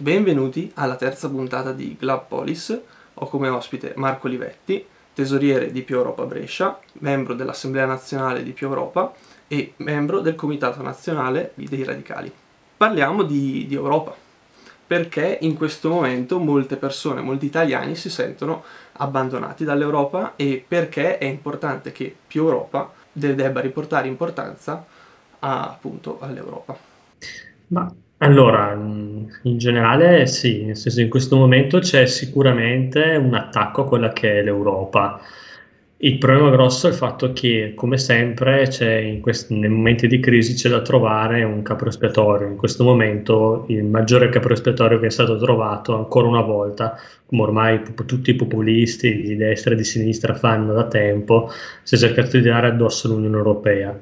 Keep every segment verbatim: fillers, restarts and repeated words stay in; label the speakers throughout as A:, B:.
A: Benvenuti alla terza puntata di Glab Polis. Ho come ospite Marco Livetti, tesoriere di Più Europa Brescia, membro dell'Assemblea Nazionale di Più Europa e membro del Comitato Nazionale dei Radicali. Parliamo di, di Europa, perché in questo momento molte persone, molti italiani si sentono abbandonati dall'Europa e perché è importante che Più Europa debba riportare importanza a, appunto all'Europa.
B: Ma allora, in generale sì, nel senso in questo momento c'è sicuramente un attacco a quella che è l'Europa. Il problema grosso è il fatto che, come sempre, c'è in questi, nei momenti di crisi c'è da trovare un capro espiatorio. In questo momento il maggiore capro espiatorio che è stato trovato ancora una volta, come ormai tutti i populisti di destra e di sinistra fanno da tempo, si è cercato di dare addosso all'Unione Europea.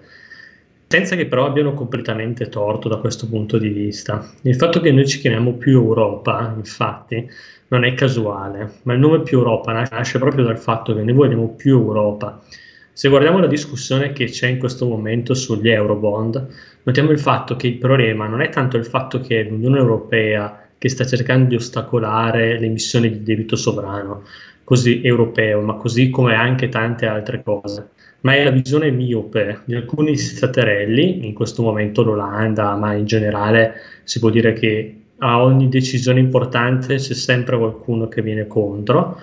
B: Senza che però abbiano completamente torto da questo punto di vista. Il fatto che noi ci chiamiamo Più Europa, infatti, non è casuale, ma il nome Più Europa nasce proprio dal fatto che noi vogliamo più Europa. Se guardiamo la discussione che c'è in questo momento sugli Eurobond, notiamo il fatto che il problema non è tanto il fatto che l'Unione Europea che sta cercando di ostacolare l'emissione di debito sovrano, così europeo, ma così come anche tante altre cose, ma è la visione miope di alcuni staterelli, in questo momento l'Olanda, ma in generale si può dire che a ogni decisione importante c'è sempre qualcuno che viene contro,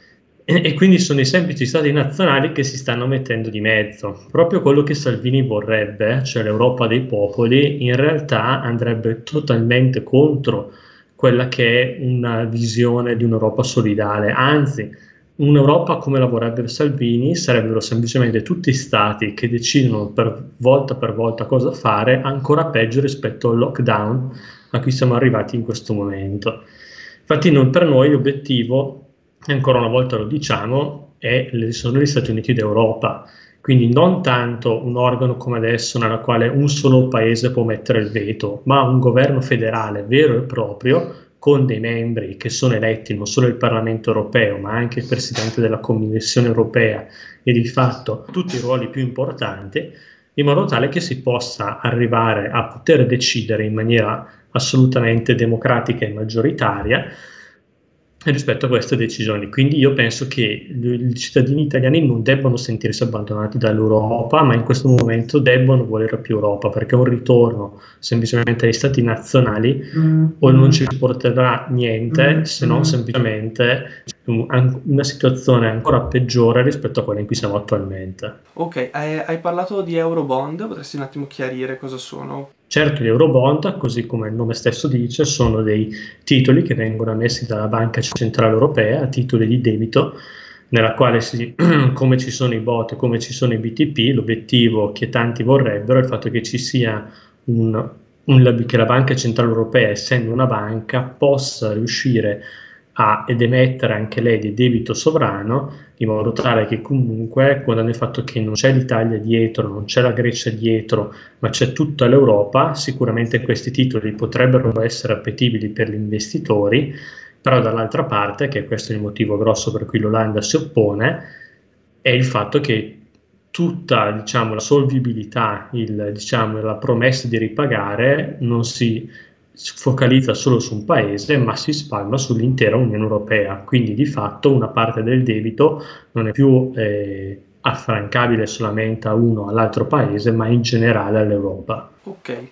B: e, e quindi sono i semplici stati nazionali che si stanno mettendo di mezzo. Proprio quello che Salvini vorrebbe, cioè l'Europa dei popoli, in realtà andrebbe totalmente contro quella che è una visione di un'Europa solidale, anzi un'Europa come la vorrebbe Salvini sarebbero semplicemente tutti stati che decidono per volta per volta cosa fare, ancora peggio rispetto al lockdown a cui siamo arrivati in questo momento. Infatti non, per noi l'obiettivo, e ancora una volta lo diciamo, è, sono gli Stati Uniti d'Europa, quindi non tanto un organo come adesso nella quale un solo paese può mettere il veto, ma un governo federale vero e proprio con dei membri che sono eletti non solo il Parlamento europeo, ma anche il Presidente della Commissione europea e di fatto tutti i ruoli più importanti, in modo tale che si possa arrivare a poter decidere in maniera assolutamente democratica e maggioritaria rispetto a queste decisioni. Quindi io penso che i cittadini italiani non debbano sentirsi abbandonati dall'Europa, ma in questo momento debbano volere più Europa, perché un ritorno semplicemente agli stati nazionali mm-hmm. o non ci porterà niente, mm-hmm. se non semplicemente una situazione ancora peggiore rispetto a quella in cui siamo attualmente.
A: Ok, hai, hai parlato di Eurobond, potresti un attimo chiarire cosa sono?
B: Certo, gli Eurobond, così come il nome stesso dice, sono dei titoli che vengono emessi dalla Banca Centrale Europea, titoli di debito, nella quale, si, come ci sono i B O T, come ci sono i B T P, l'obiettivo che tanti vorrebbero è il fatto che ci sia un, un, che la Banca Centrale Europea, essendo una banca, possa riuscire a, ed emettere anche lei di debito sovrano, in modo tale che comunque, quando nel fatto che non c'è l'Italia dietro, non c'è la Grecia dietro, ma c'è tutta l'Europa, sicuramente questi titoli potrebbero essere appetibili per gli investitori, però dall'altra parte, che questo è il motivo grosso per cui l'Olanda si oppone, è il fatto che tutta, diciamo, la solvibilità, il, diciamo, la promessa di ripagare non si focalizza solo su un paese, ma si spalma sull'intera Unione Europea. Quindi di fatto una parte del debito non è più eh, affrancabile solamente a uno o all'altro paese, ma in generale all'Europa.
A: Ok.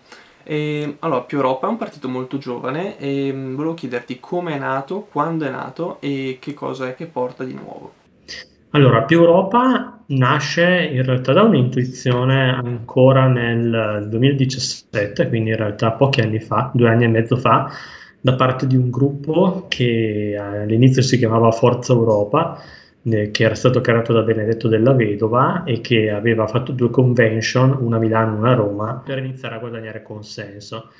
A: E, allora, Più Europa è un partito molto giovane e mh, volevo chiederti come è nato, quando è nato e che cosa è che porta di nuovo.
B: Allora, Più Europa nasce in realtà da un'intuizione ancora nel duemiladiciassette, quindi in realtà pochi anni fa, due anni e mezzo fa, da parte di un gruppo che all'inizio si chiamava Forza Europa, eh, che era stato creato da Benedetto Della Vedova e che aveva fatto due convention, una a Milano e una a Roma, per iniziare a guadagnare consenso.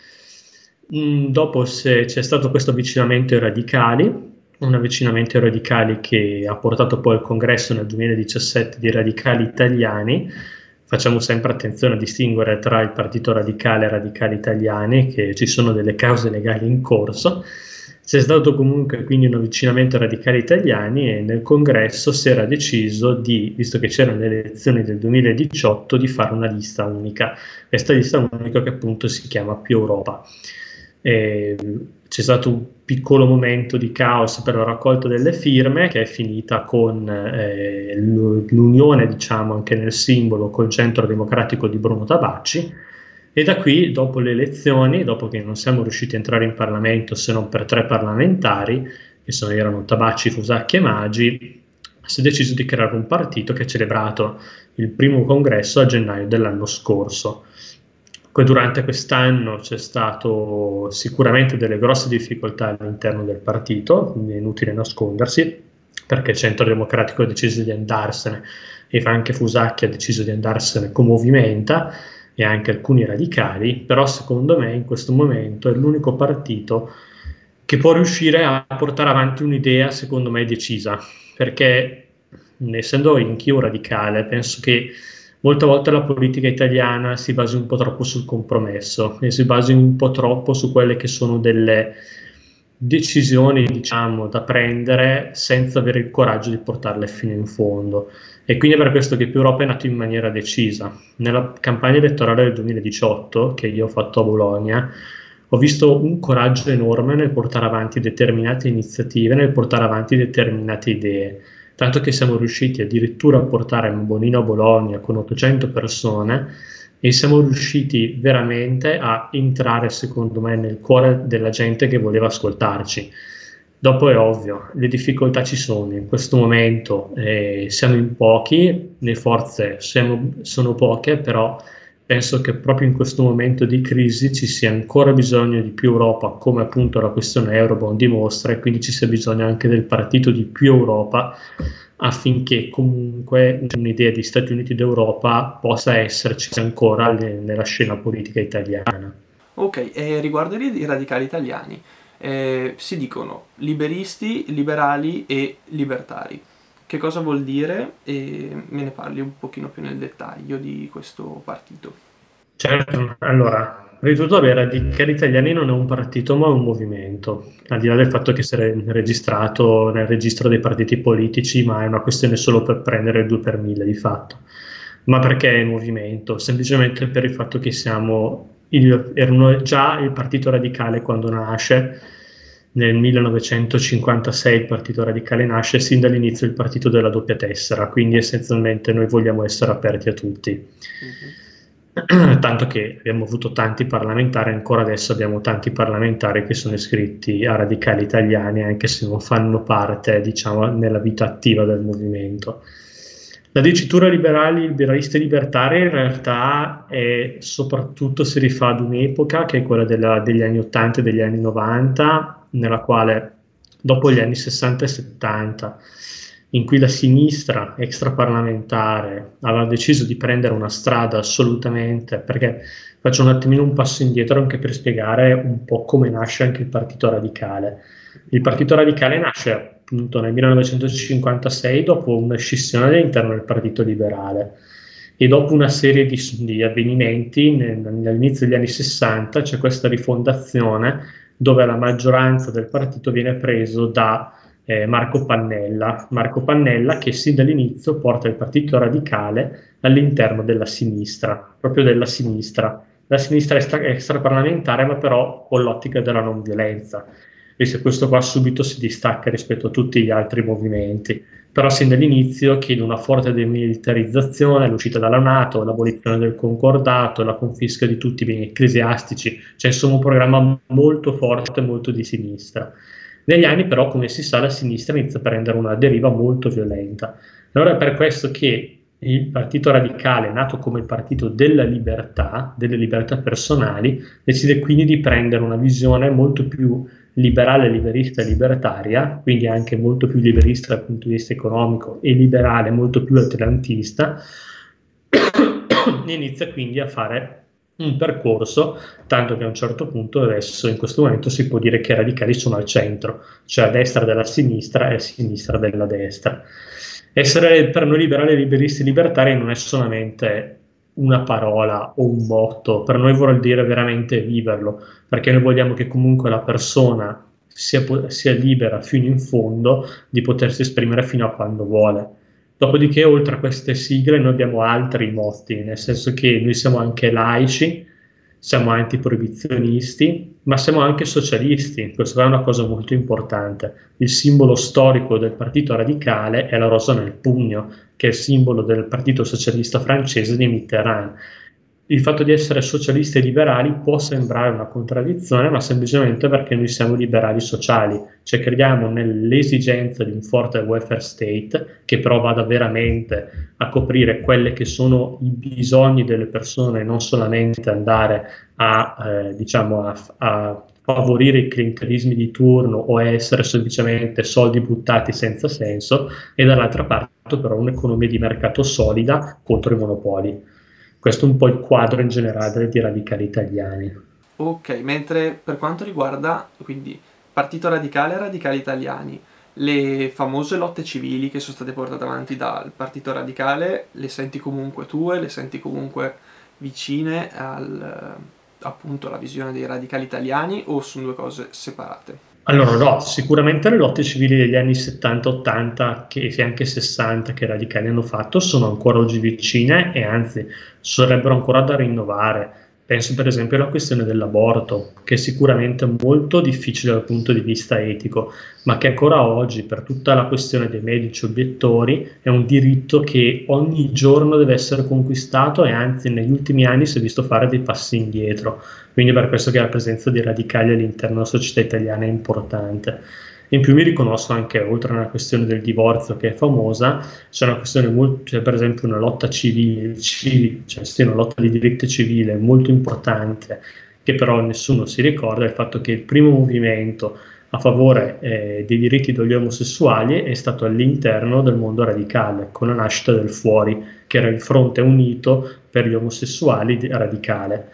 B: Mm, dopo se, c'è stato questo avvicinamento ai radicali, un avvicinamento ai radicali che ha portato poi al congresso nel duemiladiciassette di radicali italiani. Facciamo sempre attenzione a distinguere tra il partito radicale e i radicali italiani, che ci sono delle cause legali in corso. C'è stato comunque quindi un avvicinamento ai radicali italiani e nel congresso si era deciso di, visto che c'erano le elezioni del duemiladiciotto, di fare una lista unica. Questa lista unica che appunto si chiama Più Europa. E c'è stato un piccolo momento di caos per la raccolta delle firme che è finita con eh, l'unione, diciamo, anche nel simbolo col Centro Democratico di Bruno Tabacci, e da qui, dopo le elezioni, dopo che non siamo riusciti a entrare in Parlamento se non per tre parlamentari, che sono, erano Tabacci, Fusacchi e Magi, si è deciso di creare un partito che ha celebrato il primo congresso a gennaio dell'anno scorso. Durante quest'anno c'è stato sicuramente delle grosse difficoltà all'interno del partito, è inutile nascondersi, perché il Centro Democratico ha deciso di andarsene e anche Fusacchi ha deciso di andarsene con Movimenta e anche alcuni radicali, però secondo me in questo momento è l'unico partito che può riuscire a portare avanti un'idea secondo me decisa, perché essendo anch'io radicale penso che molte volte la politica italiana si basi un po' troppo sul compromesso e si basi un po' troppo su quelle che sono delle decisioni, diciamo, da prendere senza avere il coraggio di portarle fino in fondo. E quindi è per questo che Più Europa è nato in maniera decisa. Nella campagna elettorale del duemiladiciotto, che io ho fatto a Bologna, ho visto un coraggio enorme nel portare avanti determinate iniziative, nel portare avanti determinate idee. Tanto che siamo riusciti addirittura a portare un bonino a Bologna con ottocento persone e siamo riusciti veramente a entrare, secondo me, nel cuore della gente che voleva ascoltarci. Dopo è ovvio, le difficoltà ci sono, in questo momento eh, siamo in pochi, le forze siamo, sono poche, però penso che proprio in questo momento di crisi ci sia ancora bisogno di più Europa, come appunto la questione Eurobond dimostra, e quindi ci sia bisogno anche del partito di più Europa affinché comunque un'idea di Stati Uniti d'Europa possa esserci ancora le, nella scena politica italiana.
A: Ok, e riguardo i radicali italiani, eh, si dicono liberisti, liberali e libertari. Che cosa vuol dire? E me ne parli un pochino più nel dettaglio di questo partito.
B: Certo, allora, prima di tutto, i radicali italiani non è un partito ma un movimento, al di là del fatto che sia registrato nel registro dei partiti politici, ma è una questione solo per prendere il due per mille di fatto. Ma perché è movimento? Semplicemente per il fatto che siamo, il, erano già il Partito Radicale quando nasce, nel millenovecentocinquantasei il Partito Radicale nasce, sin dall'inizio il partito della doppia tessera, quindi essenzialmente noi vogliamo essere aperti a tutti. Mm-hmm. Tanto che abbiamo avuto tanti parlamentari, ancora adesso abbiamo tanti parlamentari che sono iscritti a Radicali Italiani, anche se non fanno parte, diciamo, nella vita attiva del movimento. La dicitura liberali, liberalista e libertaria in realtà è soprattutto si rifà ad un'epoca che è quella della, degli anni ottanta e degli anni novanta, nella quale dopo gli anni sessanta e settanta, in cui la sinistra extraparlamentare aveva deciso di prendere una strada assolutamente, perché faccio un attimino un passo indietro anche per spiegare un po' come nasce anche il Partito Radicale. Il Partito Radicale nasce appunto nel millenovecentocinquantasei dopo una scissione all'interno del Partito Liberale e dopo una serie di, di avvenimenti nel, all'inizio degli anni sessanta c'è questa rifondazione dove la maggioranza del partito viene preso da eh, Marco Pannella, Marco Pannella che sin dall'inizio porta il Partito Radicale all'interno della sinistra, proprio della sinistra, la sinistra extra, extraparlamentare ma però con l'ottica della non violenza. E se questo qua subito si distacca rispetto a tutti gli altri movimenti, però sin dall'inizio chiede una forte demilitarizzazione, l'uscita dalla NATO, l'abolizione del concordato, la confisca di tutti i beni ecclesiastici, cioè insomma un programma molto forte e molto di sinistra. Negli anni però, come si sa, la sinistra inizia a prendere una deriva molto violenta. Allora è per questo che il Partito Radicale, nato come il partito della libertà, delle libertà personali, decide quindi di prendere una visione molto più liberale, liberista e libertaria, quindi anche molto più liberista dal punto di vista economico e liberale, molto più atlantista, e inizia quindi a fare un percorso, tanto che a un certo punto adesso in questo momento si può dire che i radicali sono al centro, cioè a destra della sinistra e a sinistra della destra. Essere per noi liberali, liberisti e libertari non è solamente una parola o un motto, per noi vuol dire veramente viverlo, perché noi vogliamo che comunque la persona sia, sia libera fino in fondo di potersi esprimere fino a quando vuole. Dopodiché, oltre a queste sigle, noi abbiamo altri motti, nel senso che noi siamo anche laici, siamo antiproibizionisti, ma siamo anche socialisti. Questa è una cosa molto importante. Il simbolo storico del Partito Radicale è la rosa nel pugno, che è il simbolo del Partito Socialista francese di Mitterrand. Il fatto di essere socialisti e liberali può sembrare una contraddizione, ma semplicemente perché noi siamo liberali sociali, cioè crediamo nell'esigenza di un forte welfare state che però vada veramente a coprire quelli che sono i bisogni delle persone, non solamente andare a, eh, diciamo, a, a favorire i clientelismi di turno o essere semplicemente soldi buttati senza senso, e dall'altra parte però un'economia di mercato solida contro i monopoli. Questo è un po' il quadro in generale di radicali italiani.
A: Ok, mentre per quanto riguarda quindi Partito Radicale e Radicali Italiani, le famose lotte civili che sono state portate avanti dal Partito Radicale, le senti comunque tue, le senti comunque vicine al, appunto alla visione dei radicali italiani, o sono due cose separate?
B: Allora no, sicuramente le lotte civili degli anni settanta ottanta e anche sessanta che i radicali hanno fatto sono ancora oggi vicine e anzi sarebbero ancora da rinnovare. Penso per esempio alla questione dell'aborto, che è sicuramente molto difficile dal punto di vista etico, ma che ancora oggi, per tutta la questione dei medici obiettori, è un diritto che ogni giorno deve essere conquistato e anzi negli ultimi anni si è visto fare dei passi indietro. Quindi per questo che la presenza dei radicali all'interno della società italiana è importante. In più mi riconosco anche, oltre a una questione del divorzio che è famosa, c'è una questione molto, cioè per esempio una lotta civile, civile cioè sì, una lotta di diritto civile molto importante, che però nessuno si ricorda, è il fatto che il primo movimento a favore eh, dei diritti degli omosessuali è stato all'interno del mondo radicale, con la nascita del Fuori, che era il fronte unito per gli omosessuali radicale.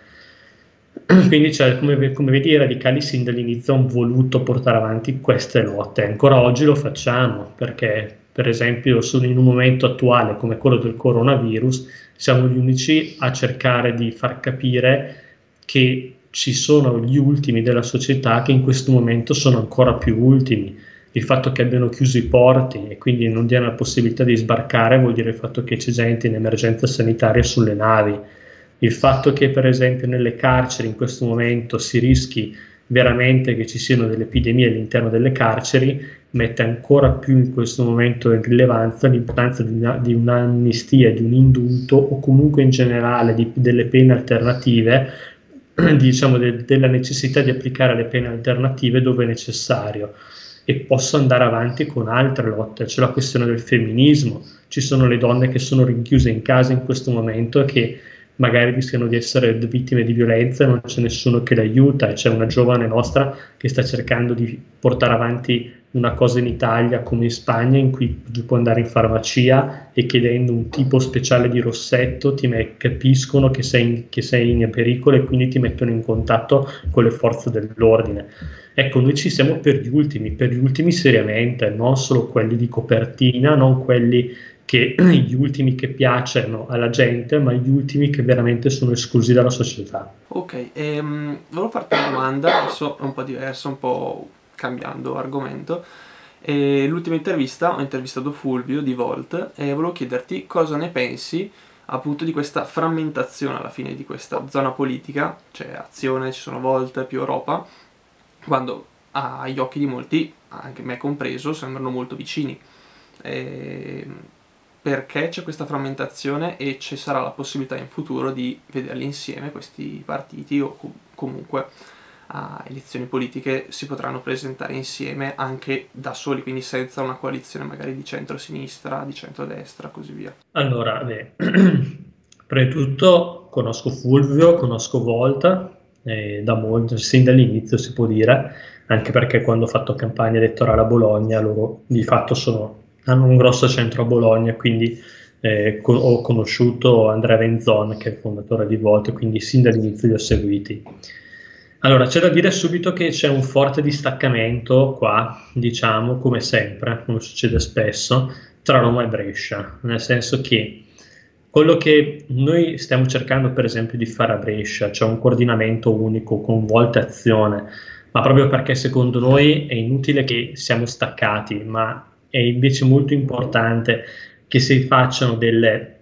B: Quindi cioè, come, come vedi i radicali sin dall'inizio hanno voluto portare avanti queste lotte, ancora oggi lo facciamo perché per esempio in un momento attuale come quello del coronavirus siamo gli unici a cercare di far capire che ci sono gli ultimi della società che in questo momento sono ancora più ultimi. Il fatto che abbiano chiuso i porti e quindi non diano la possibilità di sbarcare vuol dire il fatto che c'è gente in emergenza sanitaria sulle navi. Il fatto che per esempio nelle carceri in questo momento si rischi veramente che ci siano delle epidemie all'interno delle carceri mette ancora più in questo momento in rilevanza l'importanza di, una, di un'amnistia, di un indulto o comunque in generale di, delle pene alternative, diciamo de, della necessità di applicare le pene alternative dove è necessario. E posso andare avanti con altre lotte, c'è la questione del femminismo, ci sono le donne che sono rinchiuse in casa in questo momento e che magari rischiano di essere vittime di violenza e non c'è nessuno che le aiuta, e c'è una giovane nostra che sta cercando di portare avanti una cosa in Italia come in Spagna in cui tu puoi andare in farmacia e chiedendo un tipo speciale di rossetto ti me- capiscono che sei, in, che sei in pericolo e quindi ti mettono in contatto con le forze dell'ordine. Ecco, noi ci siamo per gli ultimi, per gli ultimi seriamente, non solo quelli di copertina, non quelli che gli ultimi che piacciono alla gente, ma gli ultimi che veramente sono esclusi dalla società.
A: Ok, ehm, volevo farti una domanda, adesso è un po' diversa, un po' cambiando argomento. E l'ultima intervista, ho intervistato Fulvio di Volt e volevo chiederti cosa ne pensi appunto di questa frammentazione alla fine di questa zona politica, cioè azione, ci sono Volt più Europa, quando agli occhi di molti, anche me compreso, sembrano molto vicini. E perché c'è questa frammentazione e ci sarà la possibilità in futuro di vederli insieme questi partiti o com- comunque a elezioni politiche si potranno presentare insieme anche da soli, quindi senza una coalizione magari di centro-sinistra, di centro-destra, così via.
B: Allora, beh, prima di tutto conosco Fulvio, conosco Volta, eh, da molto, sin dall'inizio si può dire, anche perché quando ho fatto campagna elettorale a Bologna loro di fatto sono, hanno un grosso centro a Bologna, quindi eh, co- ho conosciuto Andrea Venzon che è il fondatore di Volta, quindi sin dall'inizio li ho seguiti. Allora, c'è da dire subito che c'è un forte distaccamento qua, diciamo, come sempre, come succede spesso, tra Roma e Brescia, nel senso che quello che noi stiamo cercando per esempio di fare a Brescia, cioè un coordinamento unico con Volta Azione, ma proprio perché secondo noi è inutile che siamo staccati, ma è invece molto importante che si facciano delle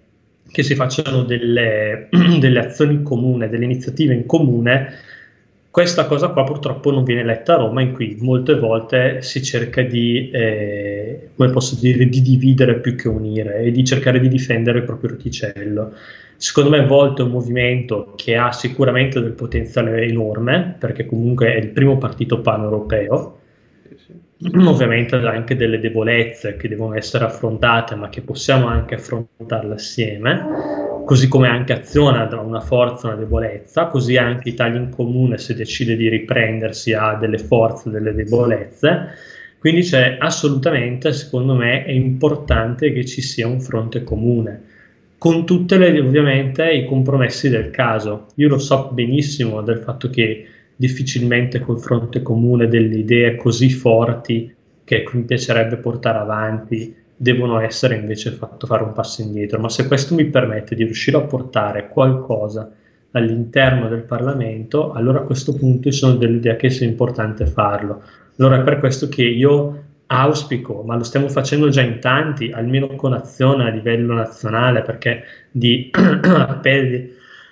B: che si facciano delle, delle azioni in comune, delle iniziative in comune. Questa cosa qua purtroppo non viene letta a Roma, in cui molte volte si cerca di, eh, come posso dire, di dividere più che unire e di cercare di difendere il proprio orticello. Secondo me Volt è un movimento che ha sicuramente del potenziale enorme, perché comunque è il primo partito pan-europeo.
A: Sì, sì.
B: Ovviamente ha anche delle debolezze che devono essere affrontate, ma che possiamo anche affrontarle assieme, così come anche Azione ha una forza e una debolezza, così anche Italia in Comune, se decide di riprendersi, ha delle forze e delle debolezze. Quindi c'è assolutamente, secondo me, è importante che ci sia un fronte comune, con tutte le, ovviamente, i compromessi del caso. Io lo so benissimo del fatto che difficilmente col fronte comune delle idee così forti che mi piacerebbe portare avanti devono essere invece fatto fare un passo indietro, ma se questo mi permette di riuscire a portare qualcosa all'interno del Parlamento, allora a questo punto ci sono delle idee che sia importante farlo. Allora è per questo che io auspico, ma lo stiamo facendo già in tanti, almeno con Azione a livello nazionale, perché di appelli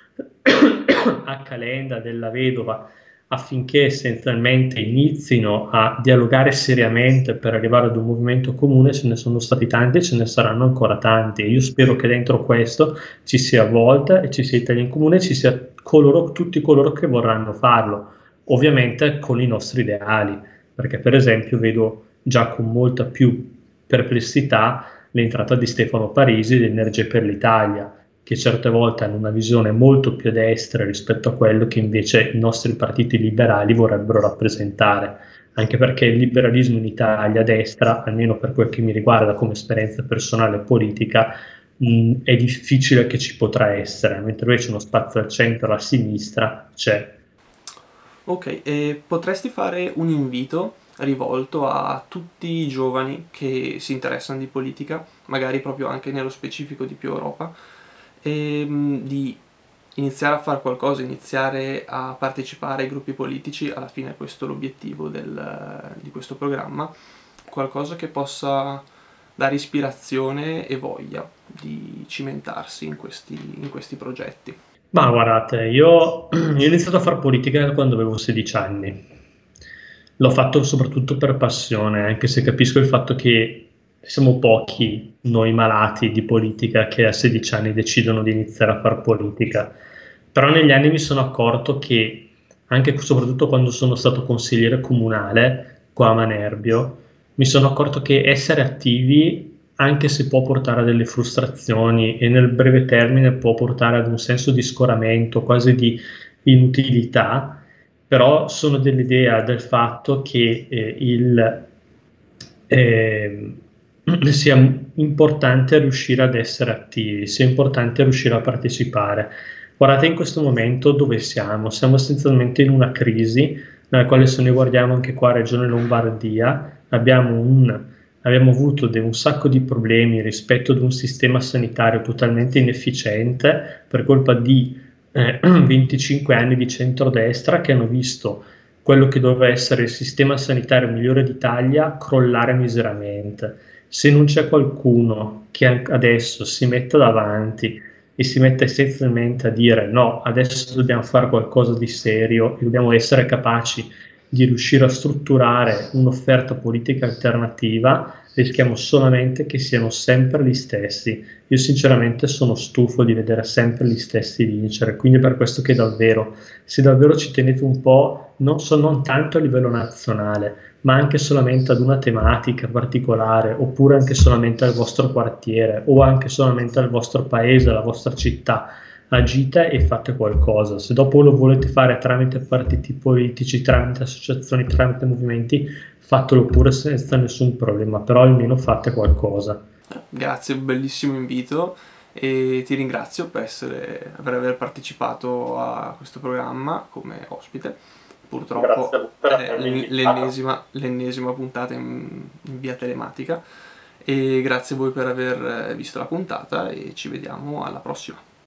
B: a Calenda della Vedova affinché essenzialmente inizino a dialogare seriamente per arrivare ad un movimento comune, ce ne sono stati tanti e ce ne saranno ancora tanti. E io spero che dentro questo ci sia Volta e ci sia Italia in Comune e ci sia coloro, tutti coloro che vorranno farlo, ovviamente con i nostri ideali, perché per esempio vedo già con molta più perplessità l'entrata di Stefano Parisi di Energie per l'Italia, che certe volte hanno una visione molto più a destra rispetto a quello che invece i nostri partiti liberali vorrebbero rappresentare, anche perché il liberalismo in Italia a destra, almeno per quel che mi riguarda come esperienza personale e politica, mh, è difficile che ci potrà essere, mentre invece uno spazio al centro e alla sinistra c'è.
A: Ok, e potresti fare un invito rivolto a tutti i giovani che si interessano di politica, magari proprio anche nello specifico di Più Europa, e, mh, di iniziare a fare qualcosa, iniziare a partecipare ai gruppi politici, alla fine questo è l'obiettivo del- di questo programma, qualcosa che possa dare ispirazione e voglia di cimentarsi in questi, in questi progetti.
B: Ma guardate, io, io ho iniziato a fare politica quando avevo sedici anni. L'ho fatto soprattutto per passione, anche se capisco il fatto che siamo pochi noi malati di politica che a sedici anni decidono di iniziare a fare politica. Però negli anni mi sono accorto che, anche soprattutto quando sono stato consigliere comunale qua a Manerbio, mi sono accorto che essere attivi, anche se può portare a delle frustrazioni e nel breve termine può portare ad un senso di scoramento, quasi di inutilità, però sono dell'idea del fatto che eh, il, eh, sia importante riuscire ad essere attivi, sia importante riuscire a partecipare. Guardate in questo momento dove siamo, siamo essenzialmente in una crisi nella quale se noi guardiamo anche qua Regione Lombardia, abbiamo un abbiamo avuto de- un sacco di problemi rispetto ad un sistema sanitario totalmente inefficiente per colpa di eh, venticinque anni di centrodestra che hanno visto quello che doveva essere il sistema sanitario migliore d'Italia crollare miseramente. Se non c'è qualcuno che an- adesso si metta davanti e si metta essenzialmente a dire no, adesso dobbiamo fare qualcosa di serio e dobbiamo essere capaci di riuscire a strutturare un'offerta politica alternativa, rischiamo solamente che siano sempre gli stessi. Io sinceramente sono stufo di vedere sempre gli stessi vincere, quindi è per questo che davvero, se davvero ci tenete un po', non, so, non tanto a livello nazionale, ma anche solamente ad una tematica particolare, oppure anche solamente al vostro quartiere, o anche solamente al vostro paese, alla vostra città, agite e fate qualcosa. Se dopo lo volete fare tramite partiti politici, tramite associazioni, tramite movimenti, fatelo pure senza nessun problema, però almeno fate qualcosa.
A: Grazie, un bellissimo invito e ti ringrazio per, essere, per aver partecipato a questo programma come ospite. Purtroppo è l'ennesima, l'ennesima puntata in, in via telematica e grazie a voi per aver visto la puntata e ci vediamo alla prossima.